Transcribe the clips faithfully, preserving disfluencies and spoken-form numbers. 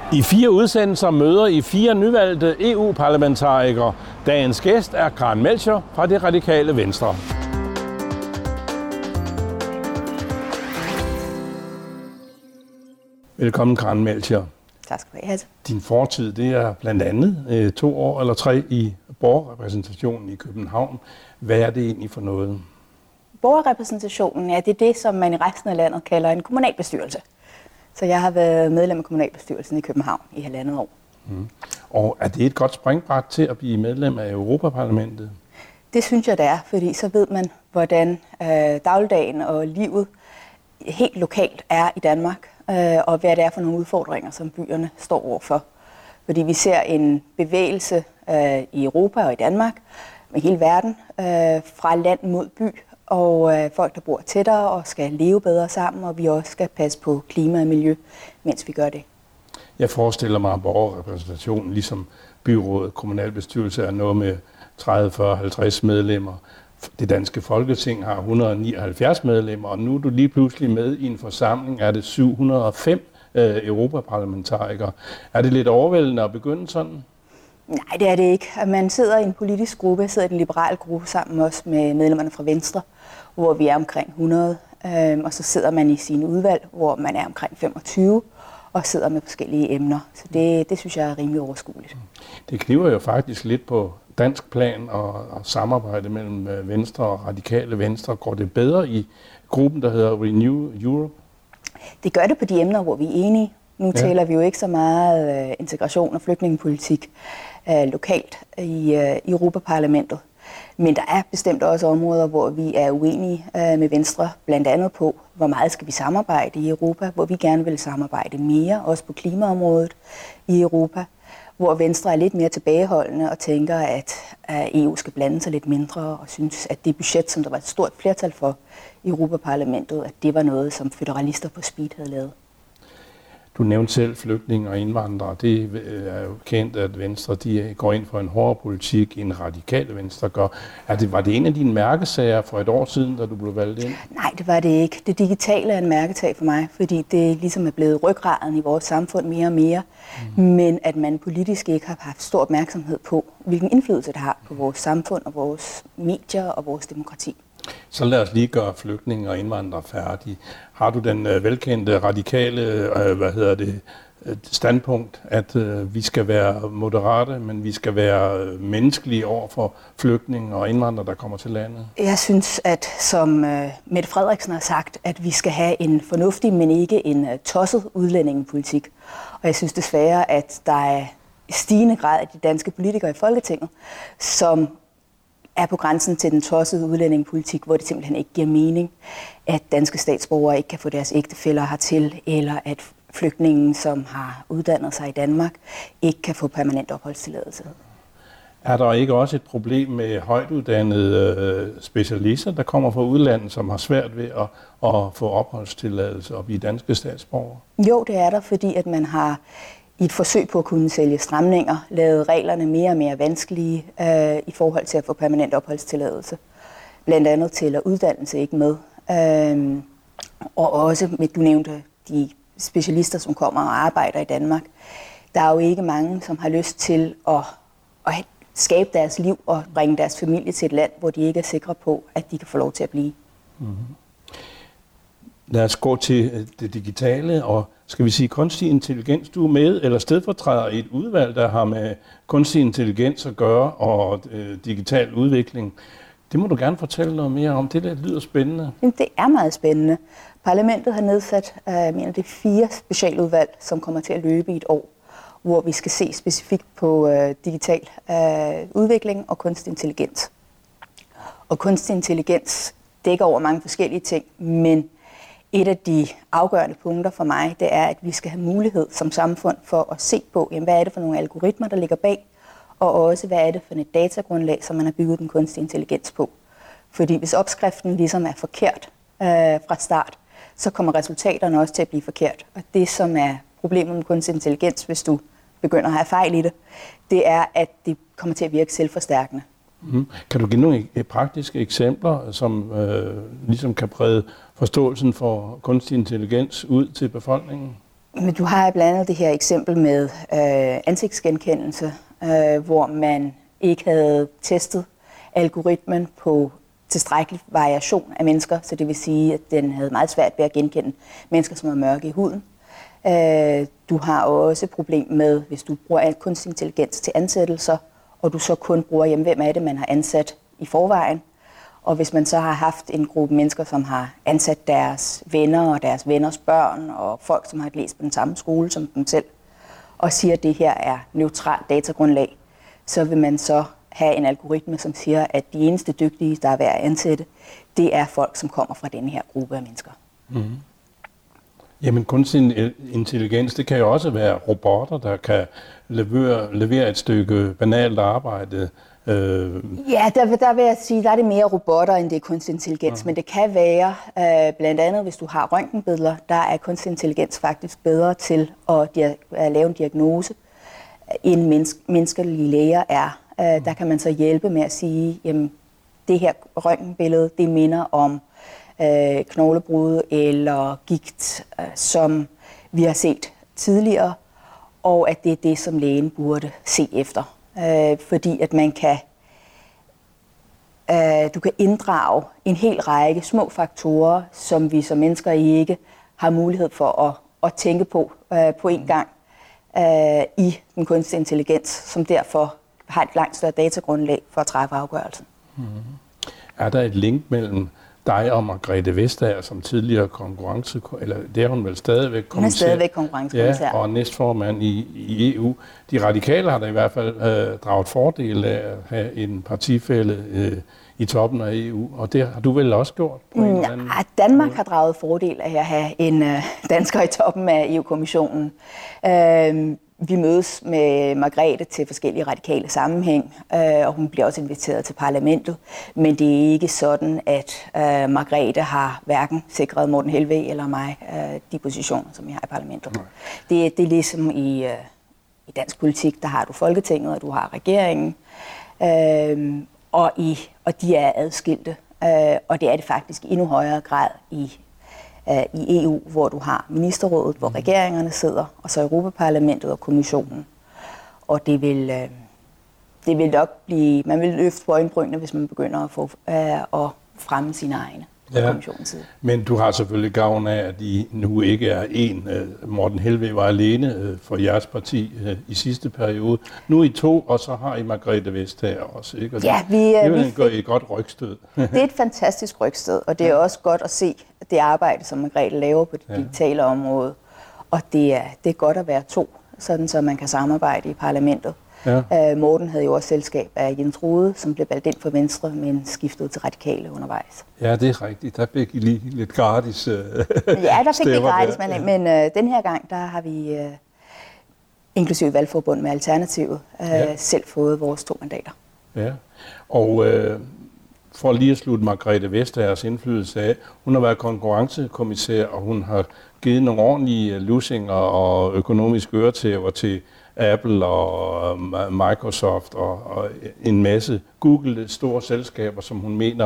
I fire udsendelser møder I fire nyvalgte E U-parlamentarikere. Dagens gæst er Karen Melchior fra Det Radikale Venstre. Velkommen, Karen Melchior. Tak skal du have. Din fortid, det er blandt andet øh, to år eller tre i borgerrepræsentationen i København. Hvad er det egentlig for noget? Borgerrepræsentationen, ja, det er det, som man i resten af landet kalder en kommunalbestyrelse. Så jeg har været medlem af kommunalbestyrelsen i København i halvandet år. Mm. Og er det et godt springbræt til at blive medlem af Europaparlamentet? Det synes jeg, det er, fordi så ved man, hvordan øh, dagligdagen og livet helt lokalt er i Danmark, øh, og hvad det er for nogle udfordringer, som byerne står overfor. Fordi vi ser en bevægelse øh, i Europa og i Danmark, med hele verden, øh, fra land mod by, og øh, folk, der bor tættere og skal leve bedre sammen, og vi også skal passe på klima og miljø, mens vi gør det. Jeg forestiller mig, at borgerrepræsentationen, ligesom byrådet, kommunalbestyrelse, er noget med tredive, fyrre, halvtreds medlemmer. Det danske Folketing har et hundrede og nioghalvfjerds medlemmer, og nu er du lige pludselig med i en forsamling, er det syv hundrede og fem øh, europaparlamentarikere. Er det lidt overvældende at begynde sådan? Nej, det er det ikke. Man sidder i en politisk gruppe, sidder i en liberal gruppe sammen også med medlemmerne fra Venstre, hvor vi er omkring hundrede, øhm, og så sidder man i sine udvalg, hvor man er omkring femogtyve, og sidder med forskellige emner. Så det, det synes jeg er rimelig overskueligt. Det kniver jo faktisk lidt på dansk plan og, og samarbejde mellem Venstre og Radikale Venstre. Går det bedre i gruppen, der hedder Renew Europe? Det gør det på de emner, hvor vi er enige. Nu ja. taler vi jo ikke så meget uh, integration og flygtningepolitik uh, lokalt i, uh, i Europaparlamentet. Men der er bestemt også områder, hvor vi er uenige uh, med Venstre, blandt andet på, hvor meget skal vi samarbejde i Europa, hvor vi gerne vil samarbejde mere, også på klimaområdet i Europa, hvor Venstre er lidt mere tilbageholdende og tænker, at uh, E U skal blande sig lidt mindre, og synes, at det budget, som der var et stort flertal for i Europaparlamentet, at det var noget, som føderalister på speed havde lavet. Du nævnte selv flygtninge og indvandrere. Det er jo kendt, at Venstre de går ind for en hårdere politik, end Radikale Venstre gør. Er det, var det en af dine mærkesager for et år siden, da du blev valgt ind? Nej, det var det ikke. Det digitale er en mærkesag for mig, fordi det ligesom er blevet rygraden i vores samfund mere og mere. Mm. Men at man politisk ikke har haft stor opmærksomhed på, hvilken indflydelse det har på vores samfund og vores medier og vores demokrati. Så lad os lige gøre flygtninge og indvandrere færdige. Har du den øh, velkendte radikale øh, hvad hedder det, standpunkt, at øh, vi skal være moderate, men vi skal være menneskelige over for flygtninge og indvandrere, der kommer til landet? Jeg synes, at som øh, Mette Frederiksen har sagt, at vi skal have en fornuftig, men ikke en øh, tosset udlændingepolitik. Og jeg synes desværre, at der er i stigende grad af de danske politikere i Folketinget, som er på grænsen til den tossede udlændingepolitik, hvor det simpelthen ikke giver mening, at danske statsborgere ikke kan få deres ægtefæller hertil, eller at flygtningen, som har uddannet sig i Danmark, ikke kan få permanent opholdstilladelse. Er der ikke også et problem med højtuddannede specialister, der kommer fra udlandet, som har svært ved at, at få opholdstilladelse og blive danske statsborgere? Jo, det er der, fordi at man har i et forsøg på at kunne sælge stramninger, lavet reglerne mere og mere vanskelige øh, i forhold til at få permanent opholdstilladelse. Blandt andet tæller uddannelse ikke med. Øh, og også, med du nævnte, de specialister, som kommer og arbejder i Danmark. Der er jo ikke mange, som har lyst til at, at skabe deres liv og bringe deres familie til et land, hvor de ikke er sikre på, at de kan få lov til at blive. Mm-hmm. Lad os gå til det digitale, og skal vi sige kunstig intelligens, du er med, eller stedfortræder i et udvalg, der har med kunstig intelligens at gøre, og øh, digital udvikling. Det må du gerne fortælle noget mere om. Det der lyder spændende. Det er meget spændende. Parlamentet har nedsat øh, mener det fire specialudvalg, som kommer til at løbe i et år, hvor vi skal se specifikt på øh, digital øh, udvikling og kunstig intelligens. Og kunstig intelligens dækker over mange forskellige ting, men et af de afgørende punkter for mig, det er, at vi skal have mulighed som samfund for at se på, jamen, hvad er det for nogle algoritmer, der ligger bag, og også hvad er det for et datagrundlag, som man har bygget den kunstige intelligens på. Fordi hvis opskriften ligesom er forkert øh, fra start, så kommer resultaterne også til at blive forkert. Og det, som er problemet med kunstig intelligens, hvis du begynder at have fejl i det, det er, at det kommer til at virke selvforstærkende. Mm. Kan du give nogle praktiske eksempler, som øh, ligesom kan brede forståelsen for kunstig intelligens ud til befolkningen? Men du har blandt andet det her eksempel med øh, ansigtsgenkendelse, øh, hvor man ikke havde testet algoritmen på tilstrækkelig variation af mennesker, så det vil sige, at den havde meget svært ved at genkende mennesker, som er mørke i huden. Øh, du har også et problem med, hvis du bruger kunstig intelligens til ansættelser, og du så kun bruger, jamen, hvem er det, man har ansat i forvejen. Og hvis man så har haft en gruppe mennesker, som har ansat deres venner og deres venners børn, og folk, som har læst på den samme skole som dem selv, og siger, at det her er neutralt datagrundlag, så vil man så have en algoritme, som siger, at de eneste dygtige, der er værd at ansætte, det er folk, som kommer fra denne her gruppe af mennesker. Mm-hmm. Jamen kunstig intelligens, det kan jo også være robotter, der kan levere, levere et stykke banalt arbejde. Øh... Ja, der, der vil jeg sige, der er det mere robotter, end det er kunstig intelligens, ja. Men det kan være, øh, blandt andet hvis du har røntgenbilleder, der er kunstig intelligens faktisk bedre til at, at lave en diagnose, end menneske, menneskelige læger er. Øh, der kan man så hjælpe med at sige, jamen det her røntgenbillede, det minder om øh, knoglebrud eller gigt, øh, som vi har set tidligere, og at det er det, som lægen burde se efter. Øh, fordi at man kan, øh, du kan inddrage en hel række små faktorer, som vi som mennesker ikke har mulighed for at, at tænke på øh, på en gang øh, i den kunstige intelligens, som derfor har et langt større datagrundlag for at træffe afgørelsen. Mm-hmm. Er der et link mellem dig og Margrethe Vestager, som tidligere konkurrence, eller det er hun vel stadigvæk kommissær? Hun er stadigvæk konkurrencekommissær. Ja, og næstformand i, i E U. De radikale har da i hvert fald øh, draget fordel af at have en partifælle øh, i toppen af E U, og det har du vel også gjort? På en ja, anden Danmark måde. Har draget fordel af at have en øh, dansker i toppen af E U-kommissionen. Øh, Vi mødes med Margrethe til forskellige radikale sammenhæng, øh, og hun bliver også inviteret til parlamentet. Men det er ikke sådan, at øh, Margrethe har hverken sikret Morten Helveg eller mig øh, de positioner, som jeg har i parlamentet. Det, det er ligesom i, øh, i dansk politik, der har du Folketinget, og du har regeringen, øh, og, i, og de er adskilte. Øh, og det er det faktisk i endnu højere grad i i E U, hvor du har ministerrådet, hvor regeringerne sidder, og så Europaparlamentet og kommissionen. Og det vil, øh, det vil nok blive, man vil løfte på øjenbrynene, hvis man begynder at, få, øh, at fremme sine egne fra ja, kommissionens side. Men du har selvfølgelig gavn af, at I nu ikke er en. Morten Helveg var alene for jeres parti i sidste periode. Nu er I to, og så har I Margrethe Vestager også, ikke? Og ja, vi, det vi gør I et godt rygstød. Det er et fantastisk rygstød, og det er også godt at se det arbejde, som Margrethe laver på det ja. digitale område. Og det er, det er godt at være to, sådan så man kan samarbejde i parlamentet. Ja. Uh, Morten havde jo også selskab af Jens Rohde, som blev valgt ind for Venstre, men skiftede til Radikale undervejs. Ja, det er rigtigt. Der fik I lige lidt gratis uh, Ja, der fik vi gratis, men, ja. men uh, den her gang, der har vi, uh, inklusive valgforbund med Alternativet, uh, ja. selv fået vores to mandater. Ja, og uh, for lige at slutte Margrethe Vestagers indflydelse af, hun har været konkurrencekommissær, og hun har givet nogle ordentlige lussinger og økonomiske øretæver til Apple og Microsoft og, og en masse Google, store selskaber, som hun mener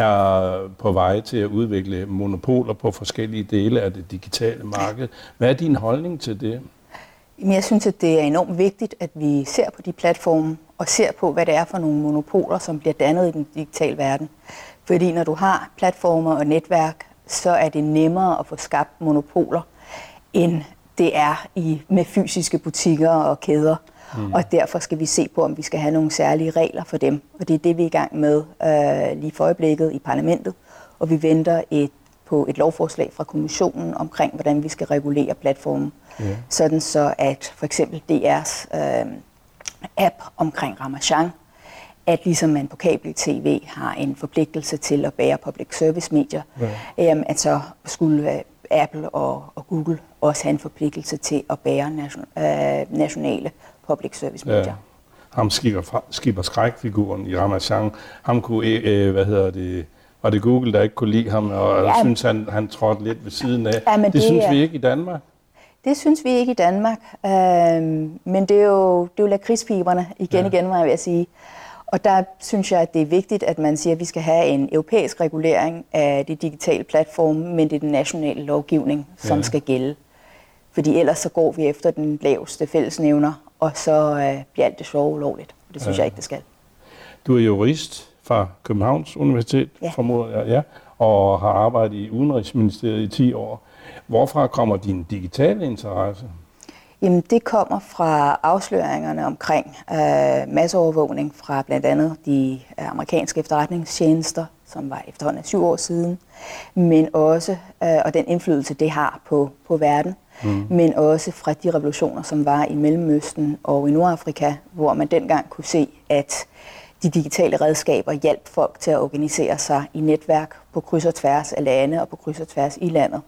er på vej til at udvikle monopoler på forskellige dele af det digitale marked. Hvad er din holdning til det? Jeg synes, at det er enormt vigtigt, at vi ser på de platforme og ser på, hvad det er for nogle monopoler, som bliver dannet i den digitale verden. Fordi når du har platformer og netværk, så er det nemmere at få skabt monopoler, end det er i, med fysiske butikker og kæder. Mm. Og derfor skal vi se på, om vi skal have nogle særlige regler for dem. Og det er det, vi er i gang med øh, lige for øjeblikket i parlamentet. Og vi venter et, på et lovforslag fra kommissionen omkring, hvordan vi skal regulere platformen. Yeah. Sådan så, at for eksempel D R's øh, app omkring Ramasjang, at ligesom man på kabel-tv har en forpligtelse til at bære public service medier, yeah. øh, at så skulle øh, Apple og, og Google også have en forpligtelse til at bære nation, øh, nationale public service medier. Ja. Ham skipper, skipper skrækfiguren i Ramasjang, ham kunne, øh, hvad hedder det, var det Google, der ikke kunne lide ham, og ja, synes han, han trådte lidt ved siden af. Ja, det, det synes vi ikke i Danmark. Det synes vi ikke i Danmark, øh, men det er jo, det er jo lakridspiberne igen ja. igen, må jeg vil sige. Og der synes jeg, at det er vigtigt, at man siger, at vi skal have en europæisk regulering af de digitale platforme, men det er den nationale lovgivning, som ja. skal gælde. Fordi ellers så går vi efter den laveste fællesnævner, og så øh, bliver alt det sjove ulovligt. Det synes ja. jeg ikke, det skal. Du er jurist fra Københavns Universitet, ja. formoder jeg, ja, og har arbejdet i Udenrigsministeriet i ti år. Hvorfra kommer din digitale interesse? Jamen, det kommer fra afsløringerne omkring øh, masseovervågning fra blandt andet de amerikanske efterretningstjenester, som var efterhånden syv år siden, men også, øh, og den indflydelse, det har på, på verden, mm. men også fra de revolutioner, som var i Mellemøsten og i Nordafrika, hvor man dengang kunne se, at de digitale redskaber hjalp folk til at organisere sig i netværk på kryds og tværs af lande og på kryds og tværs i landet.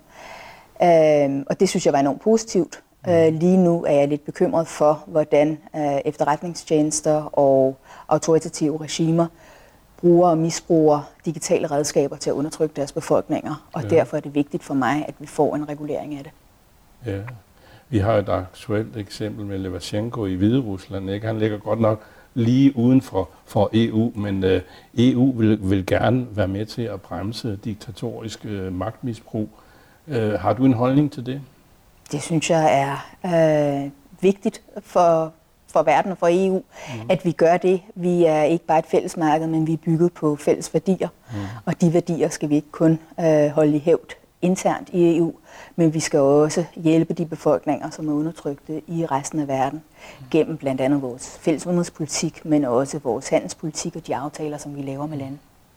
Øh, og det synes jeg var enormt positivt. Uh, lige nu er jeg lidt bekymret for, hvordan uh, efterretningstjenester og autoritative regimer bruger og misbruger digitale redskaber til at undertrykke deres befolkninger, og ja. derfor er det vigtigt for mig, at vi får en regulering af det. Ja, vi har et aktuelt eksempel med Lukasjenko i Hviderusland, ikke? Han ligger godt nok lige uden for, for E U, men uh, E U vil, vil gerne være med til at bremse diktatorisk uh, magtmisbrug. Uh, har du en holdning til det? Det synes jeg er øh, vigtigt for, for verden og for E U, mm. at vi gør det. Vi er ikke bare et fællesmarked, men vi er bygget på fælles værdier. Mm. Og de værdier skal vi ikke kun øh, holde i hævd internt i E U, men vi skal også hjælpe de befolkninger, som er undertrykte i resten af verden, mm. gennem blandt andet vores fælles udenrigspolitik, men også vores handelspolitik og de aftaler, som vi laver med lande.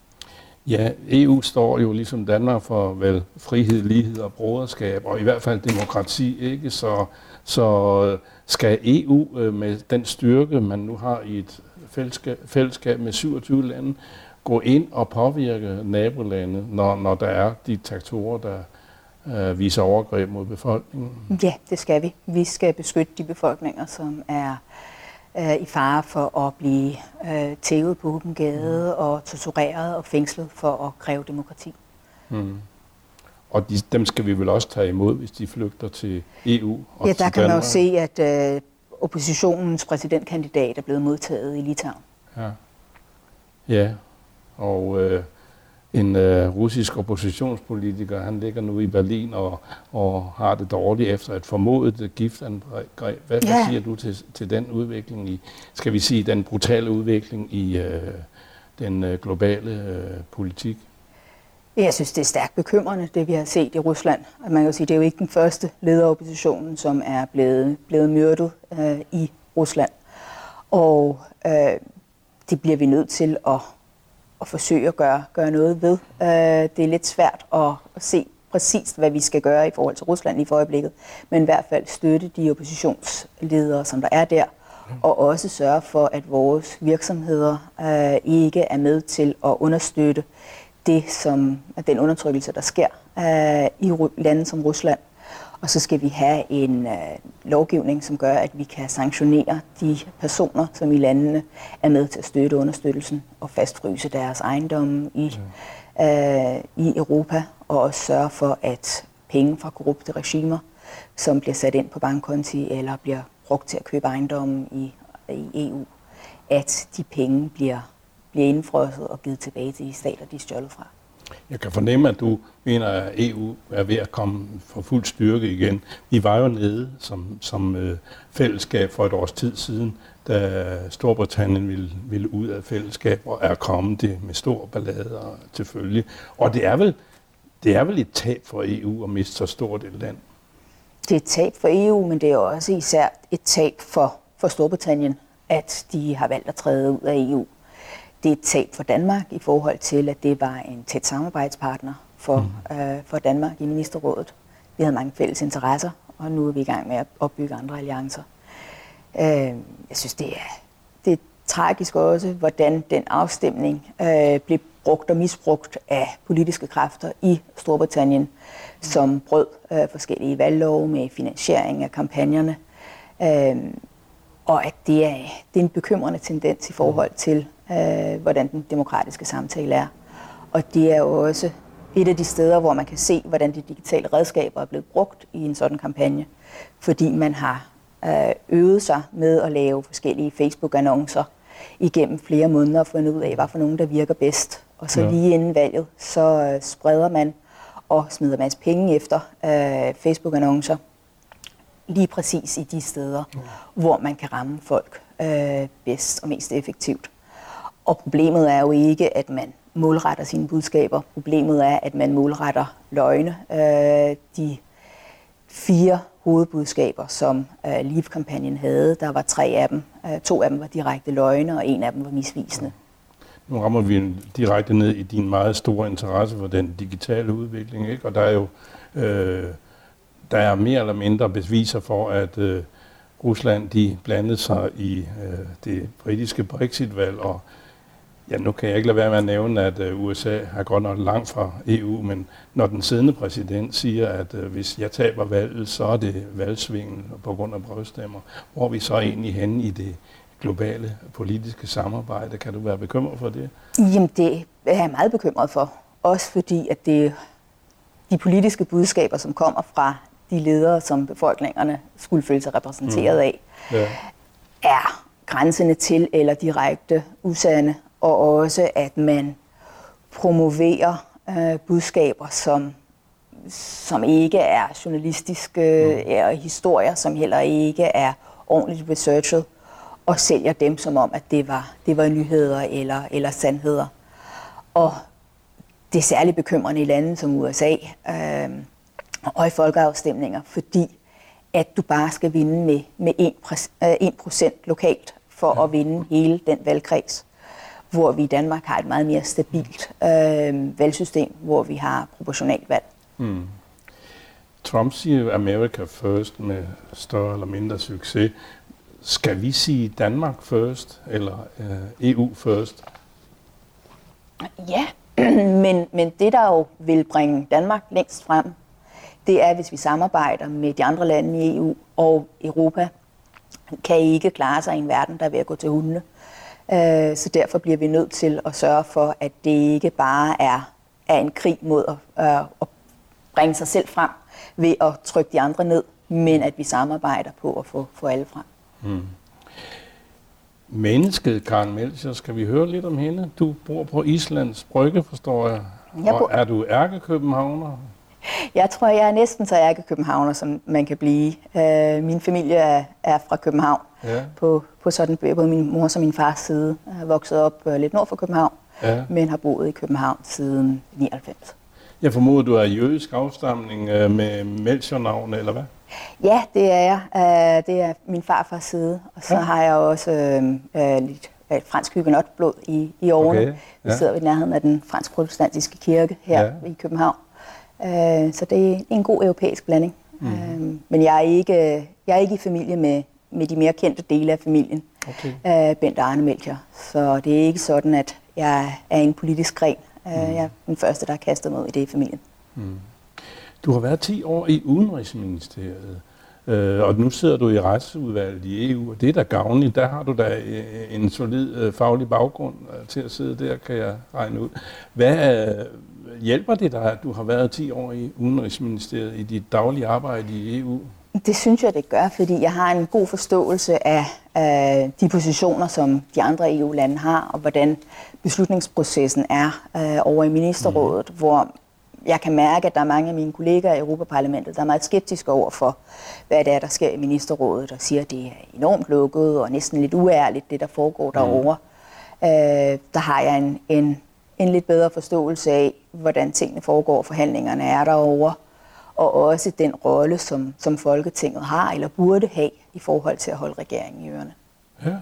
Ja, E U står jo ligesom Danmark for vel frihed, lighed og broderskab, og i hvert fald demokrati, ikke? Så, så skal E U med den styrke, man nu har i et fællesskab, fællesskab med syvogtyve lande, gå ind og påvirke nabolande, når, når der er diktatorer, der øh, viser overgreb mod befolkningen? Ja, det skal vi. Vi skal beskytte de befolkninger, som er i fare for at blive øh, tævet på åben gade mm. og tortureret og fængslet for at kræve demokrati. Mm. Og de, dem skal vi vel også tage imod, hvis de flygter til E U og ja, til der kan Danmark. man jo se, at øh, oppositionens præsidentkandidat er blevet modtaget i Litauen. Ja, ja. og øh, en øh, russisk oppositionspolitiker, han ligger nu i Berlin og, og har det dårligt efter et formodet giftangreb. Hvad, ja. hvad siger du til, til den udvikling, i, skal vi sige, den brutale udvikling i øh, den øh, globale øh, politik? Jeg synes, det er stærkt bekymrende, det vi har set i Rusland. Man kan sige, det er jo ikke den første leder af oppositionen, som er blevet, blevet myrdet øh, i Rusland. Og øh, det bliver vi nødt til at og forsøge at gøre, gøre noget ved. Uh, det er lidt svært at, at se præcis, hvad vi skal gøre i forhold til Rusland i for øjeblikket, men i hvert fald støtte de oppositionsledere, som der er der, og også sørge for, at vores virksomheder uh, ikke er med til at understøtte det, som, den undertrykkelse, der sker uh, i lande som Rusland. Og så skal vi have en øh, lovgivning, som gør, at vi kan sanktionere de personer, som i landene er med til at støtte understøttelsen og fastfryse deres ejendomme i, øh, i Europa, og også sørge for, at penge fra korrupte regimer, som bliver sat ind på bankkonti eller bliver brugt til at købe ejendomme i, i E U, at de penge bliver, bliver indfrosset og givet tilbage til de stater, de er stjålet fra. Jeg kan fornemme, at du mener, at E U er ved at komme for fuld styrke igen. Vi var jo nede som, som øh, fællesskab for et års tid siden, da Storbritannien ville, ville ud af fællesskab og er kommet det med stor ballade til følge. Og det er, vel, det er vel et tab for E U at miste så stort et land? Det er et tab for E U, men det er også især et tab for, for Storbritannien, at de har valgt at træde ud af E U. Det er et tab for Danmark i forhold til, at det var en tæt samarbejdspartner for, mm. øh, for Danmark i ministerrådet. Vi havde mange fælles interesser, og nu er vi i gang med at opbygge andre alliancer. Øh, jeg synes, det er, det er tragisk også, hvordan den afstemning øh, blev brugt og misbrugt af politiske kræfter i Storbritannien, mm. som brød øh, forskellige valglove med finansiering af kampagnerne. Øh, og at det er, det er en bekymrende tendens i forhold til, øh, hvordan den demokratiske samtale er. Og det er jo også et af de steder, hvor man kan se, hvordan de digitale redskaber er blevet brugt i en sådan kampagne, fordi man har øh, øvet sig med at lave forskellige Facebook-annoncer igennem flere måneder og fundet ud af, hvad for nogen, der virker bedst. Og så ja. lige inden valget, så øh, spreder man og smider masse penge efter øh, Facebook-annoncer lige præcis i de steder, mm. hvor man kan ramme folk øh, bedst og mest effektivt. Og problemet er jo ikke, at man målretter sine budskaber. Problemet er, at man målretter løgne. Øh, de fire hovedbudskaber, som øh, Leave-kampagnen havde, der var tre af dem. Øh, to af dem var direkte løgne, og en af dem var misvisende. Nu rammer vi direkte ned i din meget store interesse for den digitale udvikling, ikke? Og der er jo øh, der er mere eller mindre beviser for, at øh, Rusland de blandede sig i øh, det britiske Brexit-valg, og ja, nu kan jeg ikke lade være med at nævne, at øh, U S A er godt nok langt fra E U, men når den siddende præsident siger, at øh, hvis jeg taber valget, så er det valgsvingel på grund af brevstemmer, hvor er vi så egentlig henne i det globale politiske samarbejde? Kan du være bekymret for det? Jamen, det er jeg meget bekymret for. Også fordi, at det, de politiske budskaber, som kommer fra de ledere, som befolkningerne skulle føle sig repræsenteret af, mm. ja. er grænsende til eller direkte usande. Og også, at man promoverer øh, budskaber, som, som ikke er journalistiske mm. er historier, som heller ikke er ordentligt researchet, og sælger dem som om, at det var, det var nyheder eller, eller sandheder. Og det er særligt bekymrende i lande som U S A øh, og i folkeafstemninger, fordi at du bare skal vinde med, med en procent lokalt for ja. at vinde hele den valgkreds, hvor vi i Danmark har et meget mere stabilt øh, valgsystem, hvor vi har proportionalt valg. Mm. Trump siger America first med større eller mindre succes. Skal vi sige Danmark first, eller øh, E U first? Ja, men, men det, der jo vil bringe Danmark længst frem, det er, hvis vi samarbejder med de andre lande i E U og Europa, kan ikke klare sig i en verden, der er ved at gå til hundene. Øh, så derfor bliver vi nødt til at sørge for, at det ikke bare er, er en krig mod at, øh, at bringe sig selv frem ved at trykke de andre ned, men at vi samarbejder på at få, få alle frem. Hmm. Mennesket, Karen Melchior, skal vi høre lidt om hende? Du bor på Islands Brygge, forstår jeg. jeg og er du ærkekøbenhavner? Jeg tror, jeg er næsten så ærkekøbenhavner, som man kan blive. Uh, min familie er, er fra København, ja. på, på sådan, både min mors og min fars side. Jeg har vokset op uh, lidt nord for København, ja. men har boet i København siden nioghalvfems. Jeg formoder, du er jødisk afstamning uh, med Melchior-navn, eller hvad? Ja, det er jeg. Uh, det er min farfars side. Og så ja. har jeg også uh, uh, lidt uh, fransk hugenotblod i, i årene. Okay. Ja. Vi sidder ved nærheden af den fransk-protestantiske kirke her ja. i København. Uh, så det er en god europæisk blanding. Mm. Uh, men jeg er, ikke, jeg er ikke i familie med, med de mere kendte dele af familien. Okay. Uh, Bent og Arne Melchior. Så det er ikke sådan, at jeg er en politisk gren. Uh, mm. Jeg er den første, der har kastet mig ud i det i familien. Mm. Du har været ti år i Udenrigsministeriet, øh, og nu sidder du i retsudvalget i E U, og det er da gavnligt. Der har du da en solid øh, faglig baggrund øh, til at sidde der, kan jeg regne ud. Hvad øh, hjælper det dig, at du har været ti år i Udenrigsministeriet i dit daglige arbejde i E U? Det synes jeg, det gør, fordi jeg har en god forståelse af, af de positioner, som de andre E U-lande har, og hvordan beslutningsprocessen er øh, over i ministerrådet, mm. hvor jeg kan mærke, at der er mange af mine kollegaer i Europaparlamentet, der er meget skeptiske over for, hvad det er, der sker i ministerrådet, og siger, at det er enormt lukket og næsten lidt uærligt, det der foregår derovre. Mm. Øh, der har jeg en, en, en lidt bedre forståelse af, hvordan tingene foregår, forhandlingerne er derovre, og også den rolle, som, som Folketinget har eller burde have i forhold til at holde regeringen i ørerne. Ja.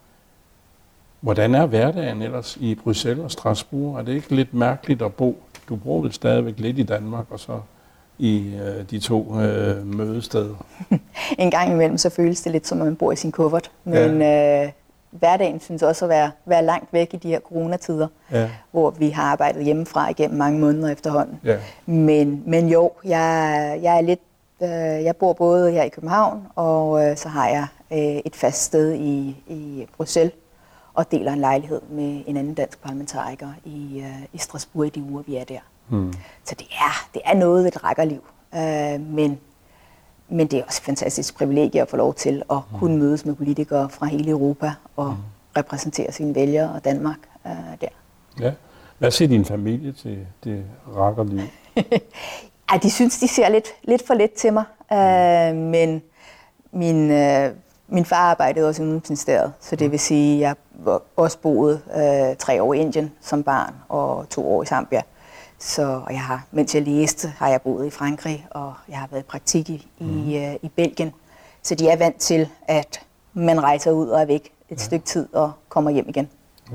Hvordan er hverdagen ellers i Bruxelles og Strasbourg? Er det ikke lidt mærkeligt at bo? Du bor vel stadigvæk lidt i Danmark, og så i øh, de to øh, mødesteder? En gang imellem, så føles det lidt som, at man bor i sin kuffert. Men ja. øh, hverdagen synes også at være, være langt væk i de her coronatider, ja. hvor vi har arbejdet hjemmefra igennem mange måneder efterhånden. Ja. Men, men jo, jeg, jeg er lidt, øh, jeg bor både her i København, og øh, så har jeg øh, et fast sted i, i Bruxelles, og deler en lejlighed med en anden dansk parlamentariker i, øh, i Strasbourg i de uger, vi er der. Hmm. Så det er, det er noget ved et rækkerliv, øh, men, men det er også et fantastisk privilegie at få lov til at hmm. kunne mødes med politikere fra hele Europa og hmm. repræsentere sine vælgere og Danmark øh, der. Ja. Hvad siger din familie til det rækkerliv? Ja, de synes, de ser lidt, lidt for lidt til mig, øh, men min, øh, min far arbejdede også i Udenrigsministeriet, så det vil sige, at jeg også boede øh, tre år i Indien som barn og to år i Zambia. Så og jeg har, mens jeg læste, har jeg boet i Frankrig, og jeg har været i praktik i, mm. i, øh, i Belgien. Så de er vant til, at man rejser ud og er væk et ja. stykke tid og kommer hjem igen. Ja.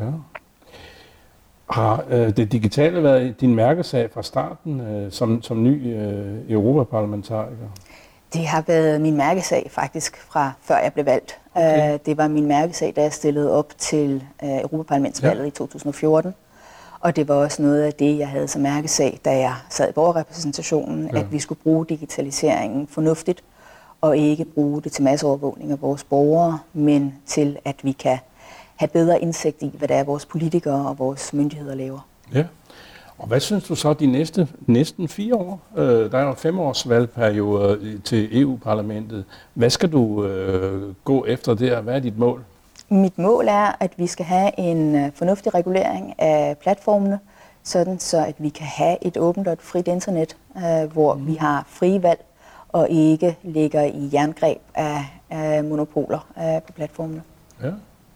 Har øh, det digitale været din mærkesag fra starten øh, som, som ny øh, europaparlamentariker? Det har været min mærkesag faktisk fra før jeg blev valgt. Okay. Uh, det var min mærkesag, da jeg stillede op til uh, Europaparlamentsvalget ja. i to tusind og fjorten. Og det var også noget af det, jeg havde som mærkesag, da jeg sad i borgerrepræsentationen, ja. at vi skulle bruge digitaliseringen fornuftigt, og ikke bruge det til masseovervågning af vores borgere, men til at vi kan have bedre indsigt i, hvad det er, vores politikere og vores myndigheder laver. Ja. Og hvad synes du så de næste næsten fire år? Øh, der er jo fem års valgperiode til E U-parlamentet. Hvad skal du øh, gå efter der? Hvad er dit mål? Mit mål er, at vi skal have en fornuftig regulering af platformene, sådan så at vi kan have et åbent og et frit internet, øh, hvor mm. vi har frie valg og ikke ligger i jerngreb af, af monopoler øh, på platformene. Ja.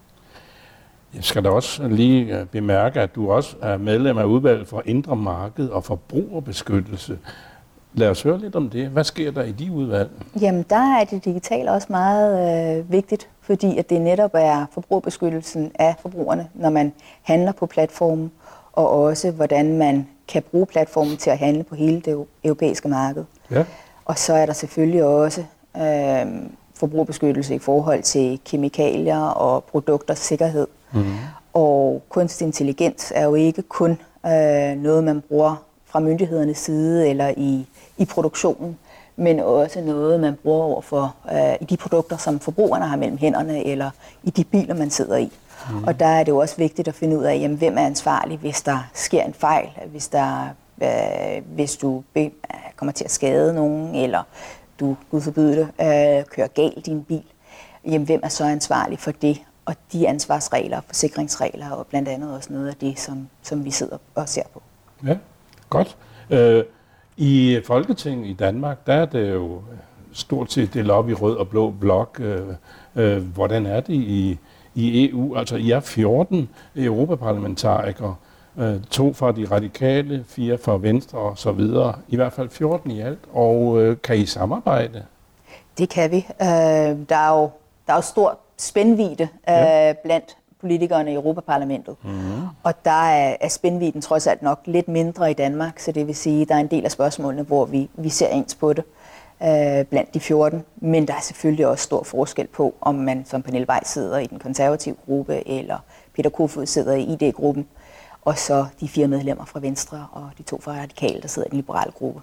Jeg skal da også lige bemærke, at du også er medlem af udvalget for indre marked og forbrugerbeskyttelse. Lad os høre lidt om det. Hvad sker der i de udvalg? Jamen, der er det digitale også meget øh, vigtigt, fordi at det netop er forbrugerbeskyttelsen af forbrugerne, når man handler på platformen, og også hvordan man kan bruge platformen til at handle på hele det europæiske marked. Ja. Og så er der selvfølgelig også øh, forbrugerbeskyttelse i forhold til kemikalier og produkters sikkerhed. Mm-hmm. Og kunstig intelligens er jo ikke kun øh, noget, man bruger fra myndighedernes side eller i, i produktionen, men også noget, man bruger over for øh, i de produkter, som forbrugerne har mellem hænderne, eller i de biler, man sidder i. Mm. Og der er det jo også vigtigt at finde ud af, jamen, hvem er ansvarlig, hvis der sker en fejl, hvis, der, øh, hvis du be, kommer til at skade nogen, eller du, gud forbyde det, øh, kører galt i din bil. Jamen, hvem er så ansvarlig for det? Og de ansvarsregler og forsikringsregler, og blandt andet også noget af det, som, som vi sidder og ser på. Ja, godt. Øh, I Folketinget i Danmark, der er det jo stort set delt op i rød og blå blok. Øh, øh, hvordan er det i, i E U? Altså, I er fjorten europaparlamentarikere, øh, to fra de radikale, fire fra Venstre og så videre. I hvert fald fjorten i alt. Og øh, kan I samarbejde? Det kan vi. Øh, der er jo, der er jo stort spændvidde ja. øh, blandt politikerne i Europaparlamentet. Mm-hmm. Og der er, er spændvidden trods alt nok lidt mindre i Danmark, så det vil sige, at der er en del af spørgsmålene, hvor vi, vi ser ens på det øh, blandt de fjorten. Men der er selvfølgelig også stor forskel på, om man som Pernille Weiss sidder i den konservative gruppe, eller Peter Kofod sidder i I D-gruppen, og så de fire medlemmer fra Venstre og de to fra Radikale, der sidder i den liberale gruppe.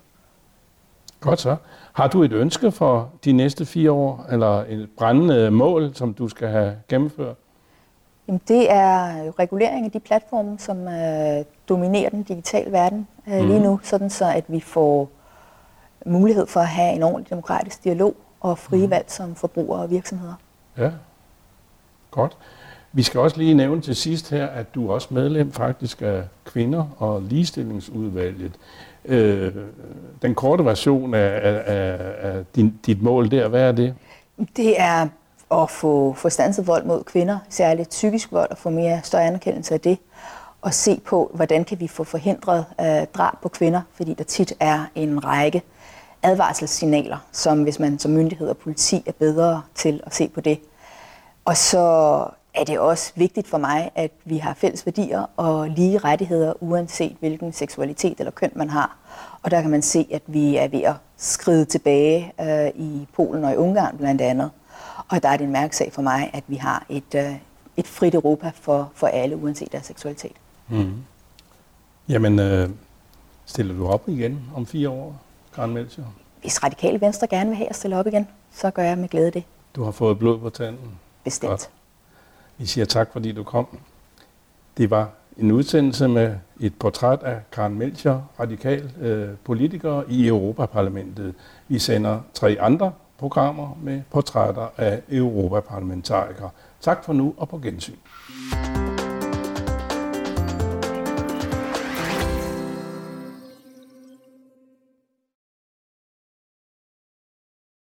Godt så. Har du et ønske for de næste fire år, eller et brændende mål, som du skal have gennemført? Jamen, det er regulering af de platforme, som øh, dominerer den digitale verden øh, mm. lige nu, sådan så at vi får mulighed for at have en ordentlig demokratisk dialog og frie mm. valg som forbrugere og virksomheder. Ja, godt. Vi skal også lige nævne til sidst her, at du er også medlem faktisk af Kvinder- og Ligestillingsudvalget. Øh, den korte version af, af, af din, dit mål der, hvad er det? Det er at få, få standset vold mod kvinder, særligt psykisk vold, og få mere større anerkendelse af det. Og se på, hvordan kan vi få forhindret øh, drab på kvinder, fordi der tit er en række advarselssignaler, som hvis man som myndighed og politi er bedre til at se på det. Og så er det også vigtigt for mig, at vi har fælles værdier og lige rettigheder, uanset hvilken seksualitet eller køn man har. Og der kan man se, at vi er ved at skride tilbage øh, i Polen og i Ungarn blandt andet. Og der er det en mærkesag for mig, at vi har et, øh, et frit Europa for, for alle, uanset deres seksualitet. Mm. Jamen, øh, stiller du op igen om fire år, Karen Melchior? Hvis Radikale Venstre gerne vil have at stille op igen, så gør jeg med glæde det. Du har fået blod på tanden? Bestemt. Godt. Vi siger tak, fordi du kom. Det var en udsendelse med et portræt af Karen Melchior, radikal øh, politiker i Europaparlamentet. Vi sender tre andre programmer med portrætter af europaparlamentarikere. Tak for nu og på gensyn.